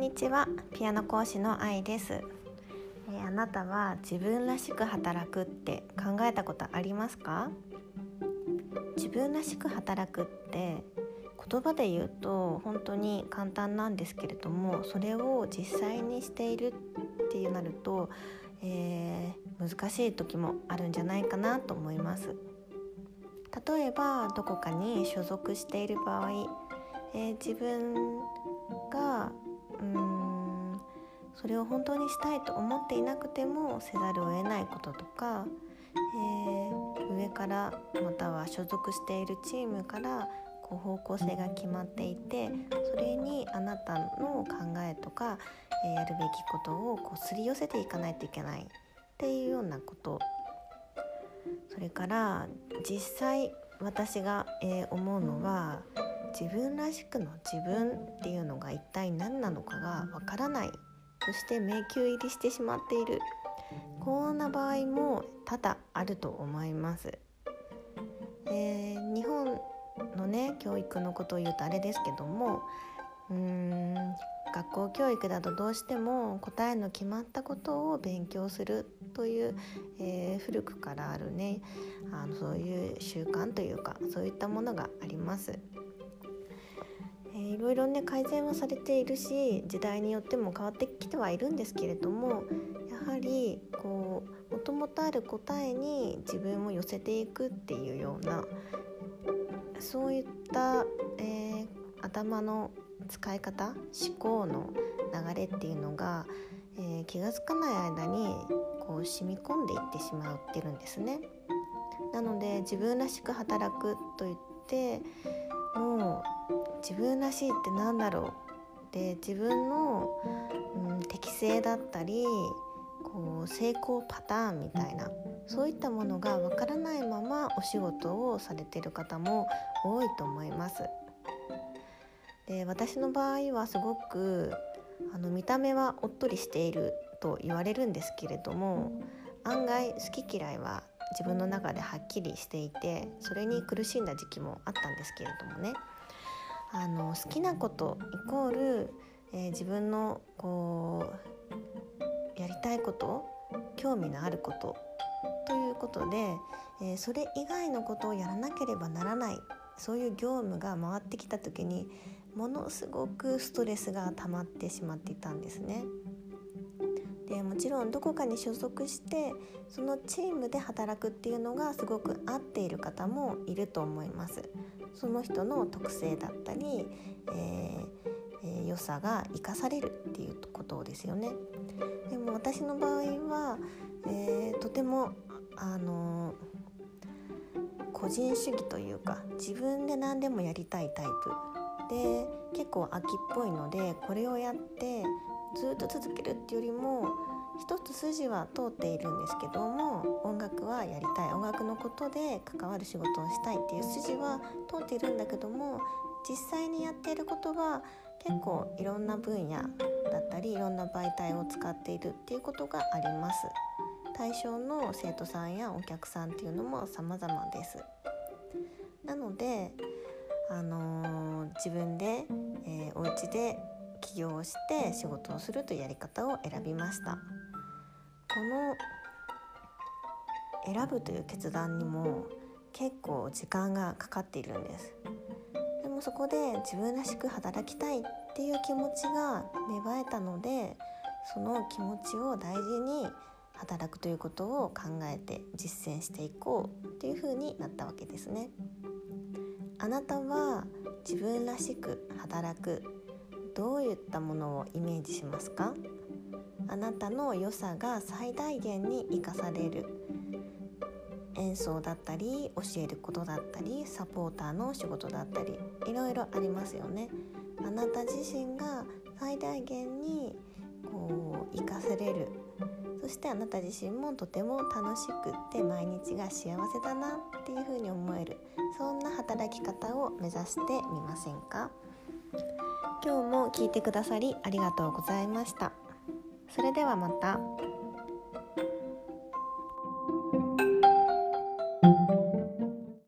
にちは、ピアノ講師の愛です。あなたは自分らしく働くって考えたことありますか？自分らしく働くって言葉で言うと本当に簡単なんですけれども、それを実際にしているってなると、難しい時もあるんじゃないかなと思います。例えばどこかに所属している場合、自分がそれを本当にしたいと思っていなくてもせざるを得ないこととか、上からまたは所属しているチームから方向性が決まっていて、それにあなたの考えとか、やるべきことをすり寄せていかないといけないっていうようなこと、それから実際私が、思うのは、自分らしくの自分っていうのが一体何なのかがわからない、そして迷宮入りしてしまっている、こんな場合も多々あると思います。日本のね、教育のことを言うとあれですけども、学校教育だとどうしても答えの決まったことを勉強するという、古くからあるね、そういう習慣というか、そういったものがあります。いろいろね改善はされているし、時代によっても変わってきてはいるんですけれども、やはりもともとある答えに自分を寄せていくっていうような、そういった、頭の使い方、思考の流れっていうのが、気がつかない間に染み込んでいってしまってるんですね。なので自分らしく働くといっても、自分らしいってなんだろうで、自分の、適性だったり成功パターンみたいな、そういったものがわからないままお仕事をされている方も多いと思います。で、私の場合はすごく見た目はおっとりしていると言われるんですけれども、案外好き嫌いは自分の中ではっきりしていて、それに苦しんだ時期もあったんですけれどもね、好きなことイコール、自分のやりたいこと、興味のあることということで、それ以外のことをやらなければならない、そういう業務が回ってきた時にものすごくストレスが溜まってしまっていたんですね。でもちろんどこかに所属してそのチームで働くっていうのがすごく合っている方もいると思います。その人の特性だったり、良さが生かされるっていうことですよね。でも私の場合は、とても個人主義というか、自分で何でもやりたいタイプで、結構飽きっぽいので、これをやってずっと続けるっていうよりも、一つ筋は通っているんですけども、音楽はやりたい、音楽のことで関わる仕事をしたいっていう筋は通っているんだけども、実際にやっていることは結構いろんな分野だったり、いろんな媒体を使っているっていうことがあります。対象の生徒さんやお客さんっていうのも様々です。なので、自分で、お家で起業をして仕事をするというやり方を選びました。この選ぶという決断にも結構時間がかかっているんです。でもそこで自分らしく働きたいっていう気持ちが芽生えたので、その気持ちを大事に働くということを考えて実践していこうっていう風になったわけですね。あなたは自分らしく働く、どういったものをイメージしますか？あなたの良さが最大限に生かされる演奏だったり、教えることだったり、サポーターの仕事だったり、いろいろありますよね。あなた自身が最大限に生かせれる、そしてあなた自身もとても楽しくって毎日が幸せだなっていうふうに思える、そんな働き方を目指してみませんか？今日も聞いてくださりありがとうございました。それではまた。